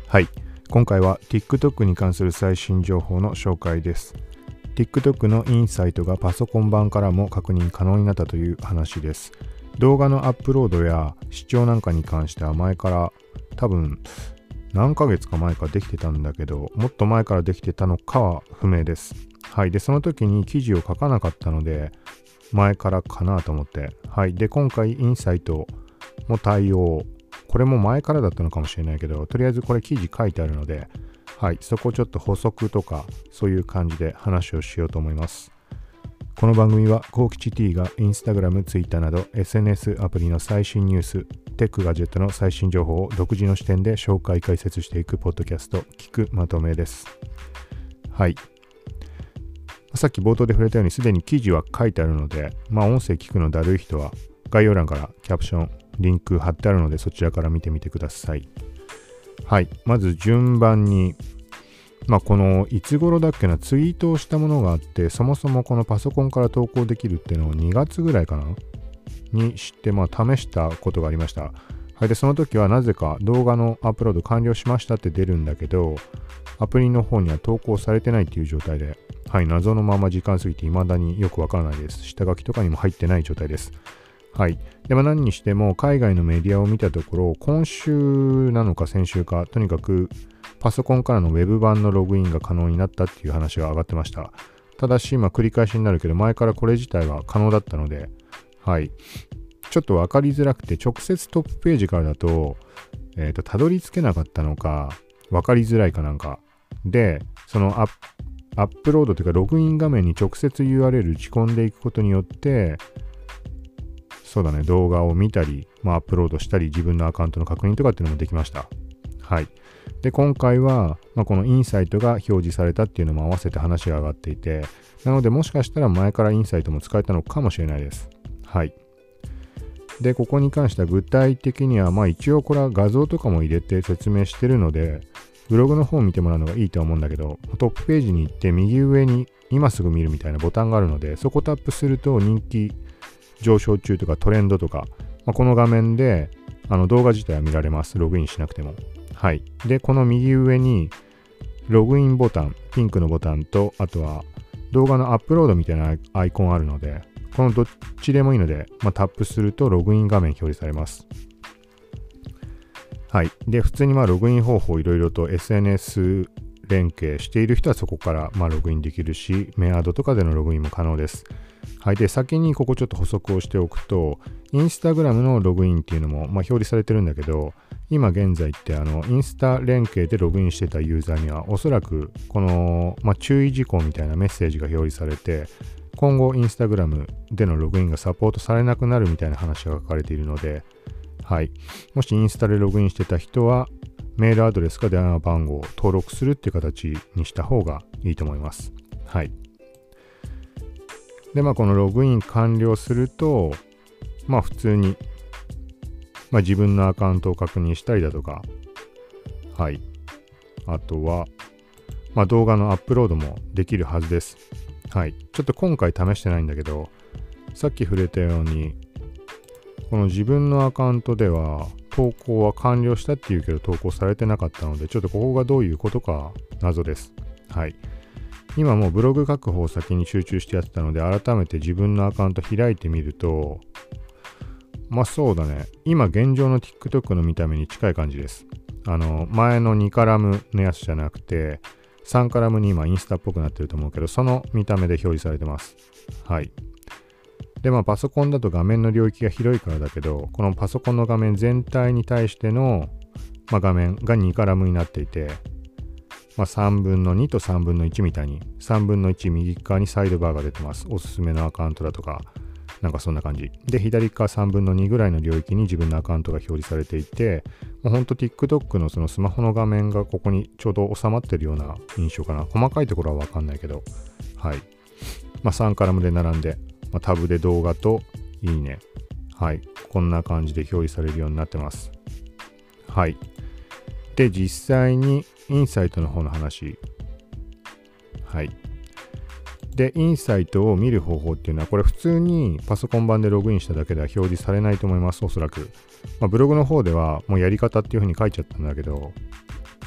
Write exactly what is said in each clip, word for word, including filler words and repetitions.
はい、今回は TikTok に関する最新情報の紹介です。 TikTok のインサイトがパソコン版からも確認可能になったという話です。動画のアップロードや視聴なんかに関しては前から多分何ヶ月か前からできてたんだけど、もっと前からできてたのかは不明です。はい。で、その時に記事を書かなかったので前からかなと思って、はい。で、今回インサイトも対応、これも前からだったのかもしれないけど、とりあえずこれ記事書いてあるので、はい。そこをちょっと補足とかそういう感じで話をしようと思います。この番組はコウキチ T が Instagram、Twitter など エスエヌエス アプリの最新ニュース、テックガジェットの最新情報を独自の視点で紹介解説していくポッドキャスト、聞くまとめです。はい。さっき冒頭で触れたようにすでに記事は書いてあるので、まあ音声聞くのだるい人は概要欄からキャプション、リンク貼ってあるのでそちらから見てみてください。はい。まず順番に、まあこのいつ頃だっけな、ツイートをしたものがあって、そもそもこのパソコンから投稿できるっていうのをにがつぐらいかなにして、まあ試したことがありました。はい。で、その時はなぜか動画のアップロード完了しましたって出るんだけど、アプリの方には投稿されてないっていう状態で、はい。謎のまま時間過ぎて未だによくわからないです。下書きとかにも入ってない状態です。はい。でも何にしても海外のメディアを見たところ、今週なのか先週か、とにかくパソコンからのウェブ版のログインが可能になったっていう話が上がってました。ただし、まあ繰り返しになるけど、前からこれ自体は可能だったので、はい。ちょっと分かりづらくて、直接トップページからだと、えっと、たどり着けなかったのか、分かりづらいかなんか。で、そのアップ、アップロードというかログイン画面に直接 ユーアールエル 打ち込んでいくことによって、そうだね、動画を見たり、まあ、アップロードしたり、自分のアカウントの確認とかっていうのもできました。はい。で、今回は、まあ、このインサイトが表示されたっていうのも合わせて話が上がっていて、なので、もしかしたら前からインサイトも使えたのかもしれないです。はい。で、ここに関しては具体的には、まあ一応これは画像とかも入れて説明してるので、ブログの方を見てもらうのがいいと思うんだけど、トップページに行って右上に今すぐ見るみたいなボタンがあるので、そこをタップすると人気上昇中とかトレンドとか、まあ、この画面であの動画自体は見られます。ログインしなくても。はい。で、この右上にログインボタン、ピンクのボタンと、あとは動画のアップロードみたいなアイコンあるので、このどっちでもいいので、まあ、タップするとログイン画面表示されます。はい。で、普通にまあログイン方法いろいろと エスエヌエス 連携している人はそこからまあログインできるし、メアドとかでのログインも可能です。はい。で、先にここちょっと補足をしておくと、インスタグラムのログインっていうのもまあ表示されてるんだけど、今現在ってあのインスタ連携でログインしてたユーザーにはおそらくこのまあ注意事項みたいなメッセージが表示されて、今後インスタグラムでのログインがサポートされなくなるみたいな話が書かれているので、はい。もしインスタでログインしてた人は、メールアドレスか電話番号を登録するっていう形にした方がいいと思います。はい。で、まあこのログイン完了すると、まあ普通に、まあ自分のアカウントを確認したりだとか、はい。あとは、まあ動画のアップロードもできるはずです。はい。ちょっと今回試してないんだけど、さっき触れたように、この自分のアカウントでは投稿は完了したっていうけど投稿されてなかったので、ちょっとここがどういうことか謎です。はい。今もうブログ書く方を先に集中してやってたので、改めて自分のアカウント開いてみると、まあそうだね。今現状の TikTok の見た目に近い感じです。あの、前のにカラムのやつじゃなくて、さんカラムに今インスタっぽくなってると思うけど、その見た目で表示されてます。はい。で、まあパソコンだと画面の領域が広いからだけど、このパソコンの画面全体に対しての、まあ、画面がにカラムになっていて、まあ、さんぶんのにとさんぶんのいちみたいに、さんぶんのいち右側にサイドバーが出てます。おすすめのアカウントだとか、なんかそんな感じ。で、左側さんぶんのにぐらいの領域に自分のアカウントが表示されていて、もうほんと TikTok のそのスマホの画面がここにちょうど収まってるような印象かな。細かいところはわかんないけど、はい。まあさんカラムで並んで、まあ、タブで動画といいね。はい。こんな感じで表示されるようになってます。はい。で、実際にインサイトの方の話。はい。で、インサイトを見る方法っていうのは、これ普通にパソコン版でログインしただけでは表示されないと思います、おそらく。まあ、ブログの方ではもうやり方っていう風に書いちゃったんだけど、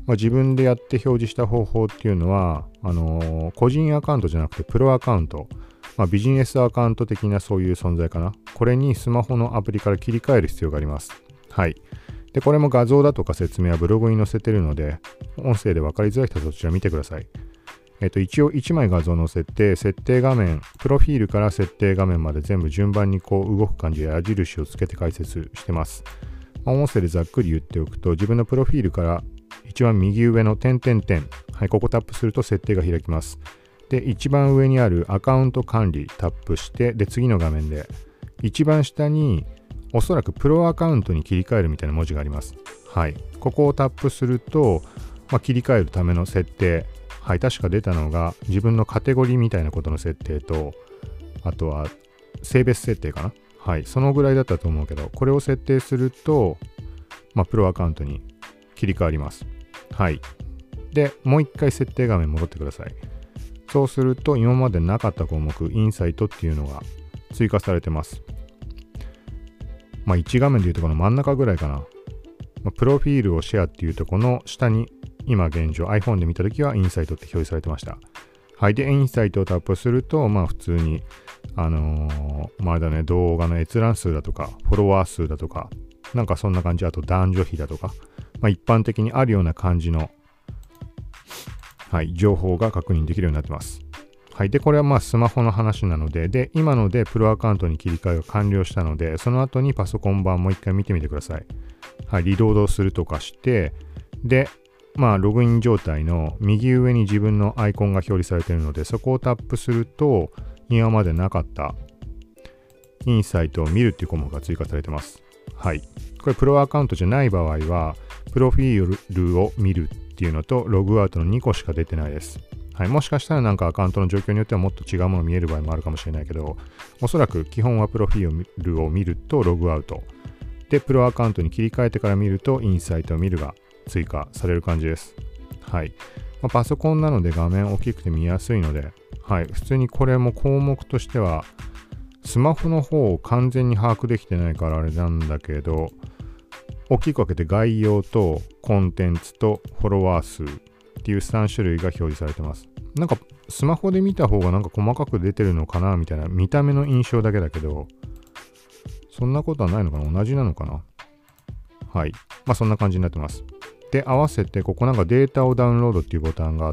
まあ、自分でやって表示した方法っていうのは、あのー個人アカウントじゃなくてプロアカウント、まあ、ビジネスアカウント的なそういう存在かな。これにスマホのアプリから切り替える必要があります。はい。で、これも画像だとか説明はブログに載せてるので、音声で分かりづらい人はそちら見てください。えっと、一応いちまい画像載せて、設定画面、プロフィールから設定画面まで全部順番にこう動く感じで矢印をつけて解説してます。まあ、音声でざっくり言っておくと、自分のプロフィールから一番右上の点々点、はい、ここタップすると設定が開きます。で、一番上にあるアカウント管理タップして、で、次の画面で、一番下におそらくプロアカウントに切り替えるみたいな文字があります。はい。ここをタップすると、まあ、切り替えるための設定、はい、確か出たのが自分のカテゴリーみたいなことの設定と、あとは性別設定かな。はい、そのぐらいだったと思うけど、これを設定すると、まあ、プロアカウントに切り替わります。はい。で、もう一回設定画面戻ってください。そうすると、今までなかった項目、インサイトっていうのが追加されてます。まあ、いち画面でいうとこの真ん中ぐらいかな。まあ、プロフィールをシェアっていうとこの下に、今現状 iPhone で見たときはインサイトって表示されてました。はい。で、インサイトをタップすると、まあ普通に、あのー、まあだね、動画の閲覧数だとか、フォロワー数だとか、なんかそんな感じ、あと男女比だとか、まあ一般的にあるような感じの、はい、情報が確認できるようになってます。はい。で、これはまあスマホの話なので、で、今のでプロアカウントに切り替えが完了したので、その後にパソコン版もう一回見てみてください。はい。リロードするとかして、で、まあ、ログイン状態の右上に自分のアイコンが表示されているので、そこをタップすると、今までなかったインサイトを見るっていう項目が追加されてます。はい。これ、プロアカウントじゃない場合は、プロフィールを見るっていうのと、ログアウトのにこしか出てないです。はい。もしかしたらなんかアカウントの状況によってはもっと違うもの見える場合もあるかもしれないけど、おそらく基本はプロフィールを見ると、ログアウト。で、プロアカウントに切り替えてから見ると、インサイトを見るが追加される感じです。はい。まあ、パソコンなので画面大きくて見やすいので、はい。普通にこれも項目としては、スマホの方を完全に把握できてないからあれなんだけど、大きく分けて概要とコンテンツとフォロワー数っていうさん種類が表示されてます。なんかスマホで見た方がなんか細かく出てるのかなみたいな見た目の印象だけだけど、そんなことはないのかな？同じなのかな？はい。まあそんな感じになってます。で、合わせてここなんかデータをダウンロードっていうボタンがあって、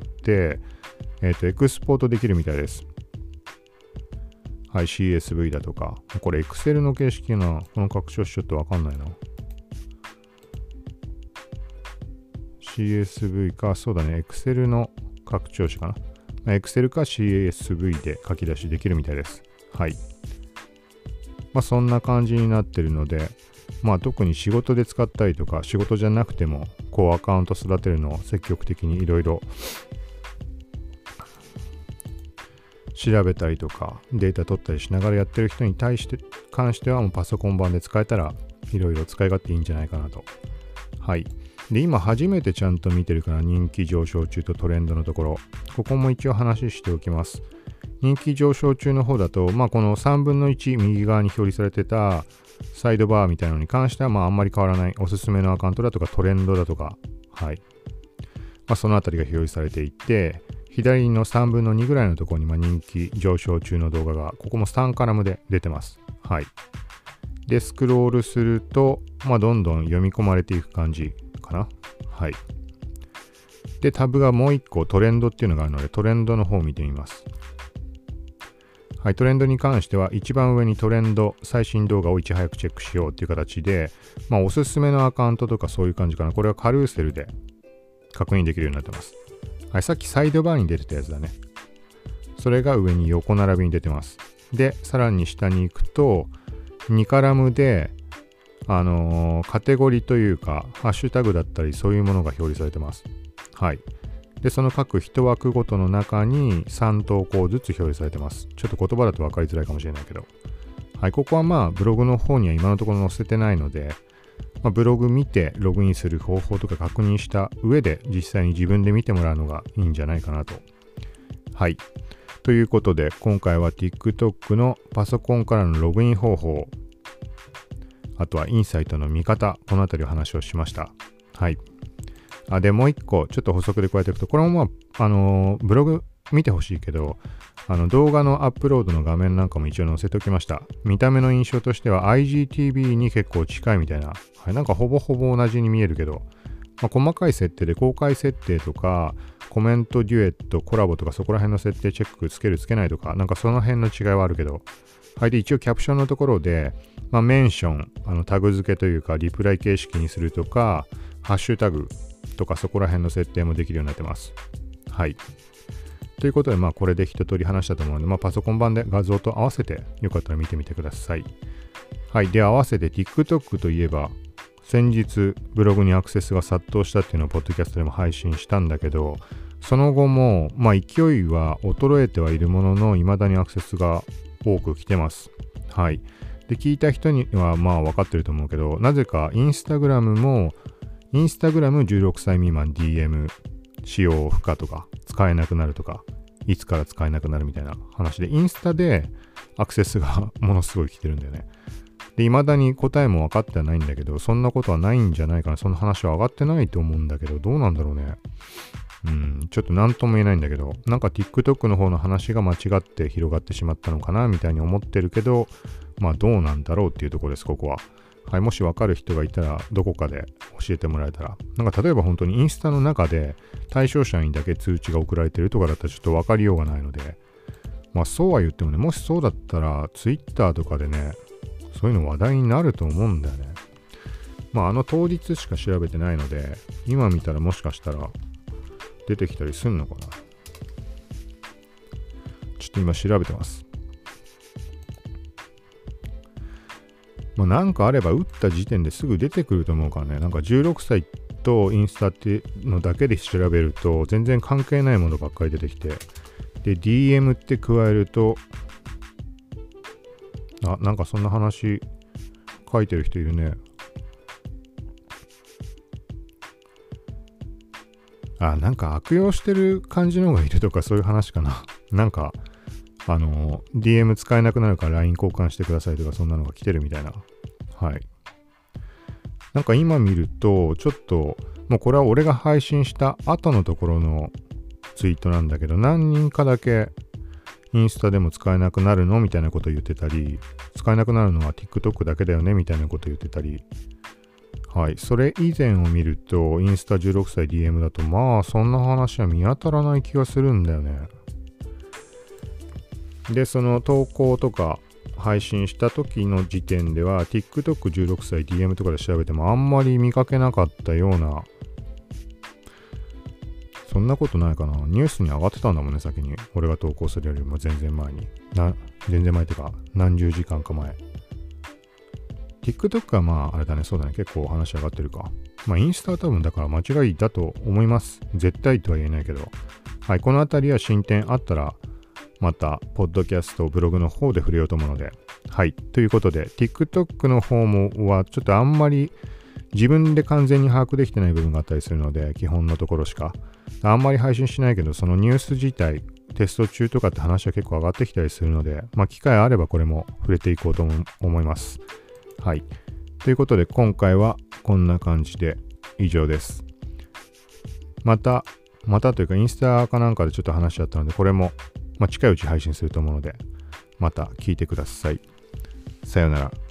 えっと、エクスポートできるみたいです。はい、シーエスブイ だとか。これ Excel の形式な。この拡張子ちょっとわかんないな。シーエスブイ か、そうだね。Excel の拡張子かな。Excel か シーエスブイ で書き出しできるみたいです。はい。まあそんな感じになってるので、まあ特に仕事で使ったりとか、仕事じゃなくても、こうアカウント育てるのを積極的にいろいろ調べたりとか、データ取ったりしながらやってる人に対して関しては、もうパソコン版で使えたら、いろいろ使い勝手いいんじゃないかなと。はい。で、今初めてちゃんと見てるから人気上昇中とトレンドのところ、ここも一応話しておきます。人気上昇中の方だと、まあこのさんぶんのいち右側に表示されてたサイドバーみたいなのに関しては、まああんまり変わらないおすすめのアカウントだとかトレンドだとか、はい。まあそのあたりが表示されていて、左のさんぶんのにぐらいのところにまあ人気上昇中の動画が、ここもさんカラムで出てます。はい。で、スクロールすると、まあどんどん読み込まれていく感じかな。はい。で、タブがもういっこトレンドっていうのがあるので、トレンドの方を見てみます。はい、トレンドに関しては一番上にトレンド最新動画をいち早くチェックしようっていう形で、まあおすすめのアカウントとかそういう感じかな。これはカルーセルで確認できるようになってます。はい、さっきサイドバーに出てたやつだね。それが上に横並びに出てます。で、さらに下に行くとにカラムで、あのー、カテゴリーというかハッシュタグだったりそういうものが表示されてます。はい。で、その各一枠ごとの中にさん投稿ずつ表示されてます。ちょっと言葉だと分かりづらいかもしれないけど。はい、ここはまあ、ブログの方には今のところ載せてないので、まあ、ブログ見てログインする方法とか確認した上で、実際に自分で見てもらうのがいいんじゃないかなと。はい。ということで、今回は TikTok のパソコンからのログイン方法、あとはインサイトの見方、このあたりお話をしました。はい。 あ、で、もう一個、ちょっと補足で加えていくと、これもまあ、あのーブログ見てほしいけど、あの動画のアップロードの画面なんかも一応載せておきました。見た目の印象としては アイジーティービー に結構近いみたいな。はい、なんかほぼほぼ同じに見えるけど、まあ、細かい設定で公開設定とか、コメント、デュエット、コラボとかそこら辺の設定チェックつけるつけないとか、なんかその辺の違いはあるけど、はい、で、一応キャプションのところで、まあ、メンション、あのタグ付けというか、リプライ形式にするとか、ハッシュタグとかそこら辺の設定もできるようになってます。はい。ということで、まあこれで一通り話したと思うので、まあパソコン版で画像と合わせてよかったら見てみてください。はい。で、合わせて TikTok といえば、先日ブログにアクセスが殺到したっていうのをポッドキャストでも配信したんだけど、その後も、まあ勢いは衰えてはいるものの、未だにアクセスが多く来てます。はい。で、聞いた人にはまあ分かってると思うけど、なぜかインスタグラムも、インスタグラムじゅうろくさい未満 ディーエム 使用不可とか、使えなくなるとか、いつから使えなくなるみたいな話で、インスタでアクセスがものすごい来てるんだよね。で、未だに答えも分かってはないんだけど、そんなことはないんじゃないかな。その話は上がってないと思うんだけど、どうなんだろうね。うん、ちょっと何とも言えないんだけど、なんか TikTok の方の話が間違って広がってしまったのかな、みたいに思ってるけど、まあどうなんだろうっていうところです、ここは。はい、もし分かる人がいたら、どこかで教えてもらえたら。なんか例えば本当にインスタの中で対象者にだけ通知が送られてるとかだったらちょっと分かりようがないので、まあそうは言ってもね、もしそうだったら Twitter とかでね、そういうの話題になると思うんだよね。まああの当日しか調べてないので、今見たらもしかしたら出てきたりすんのかな。ちょっと今調べてます。まあ、なんかあれば打った時点ですぐ出てくると思うからね。なんかじゅうろくさいとインスタってのだけで調べると全然関係ないものばっかり出てきて、で ディーエム って加えると、あ、なんかそんな話書いてる人いるね。あ、なんか悪用してる感じのがいるとかそういう話かな。なんかあの ディーエム 使えなくなるから ライン 交換してくださいとかそんなのが来てるみたいな。はい。なんか今見るとちょっともうこれは俺が配信した後のところのツイートなんだけど、何人かだけインスタでも使えなくなるのみたいなこと言ってたり、使えなくなるのは TikTok だけだよねみたいなこと言ってたり。はい。それ以前を見るとインスタじゅうろくさい ディーエム だとまあそんな話は見当たらない気がするんだよね。で、その投稿とか配信した時の時点では TikTokじゅうろくさい ディーエム とかで調べてもあんまり見かけなかったような、そんなことないかな。ニュースに上がってたんだもんね、先に。俺が投稿するよりも全然前に。な、全然前ってか、何十時間か前。TikTok はまあ、あれだね、そうだね、結構話上がってるか。まあ、インスタは多分だから間違いだと思います。絶対とは言えないけど。はい、このあたりは進展あったら、また、ポッドキャスト、ブログの方で触れようと思うので。はい。ということで、TikTok の方もは、ちょっとあんまり自分で完全に把握できてない部分があったりするので、基本のところしか。あんまり配信しないけど、そのニュース自体、テスト中とかって話は結構上がってきたりするので、まあ、機会あればこれも触れていこうと思います。はい。ということで、今回はこんな感じで以上です。また、またというか、インスタかなんかでちょっと話し合ったので、これも、まあ、近いうち配信すると思うので、また聞いてください。さようなら。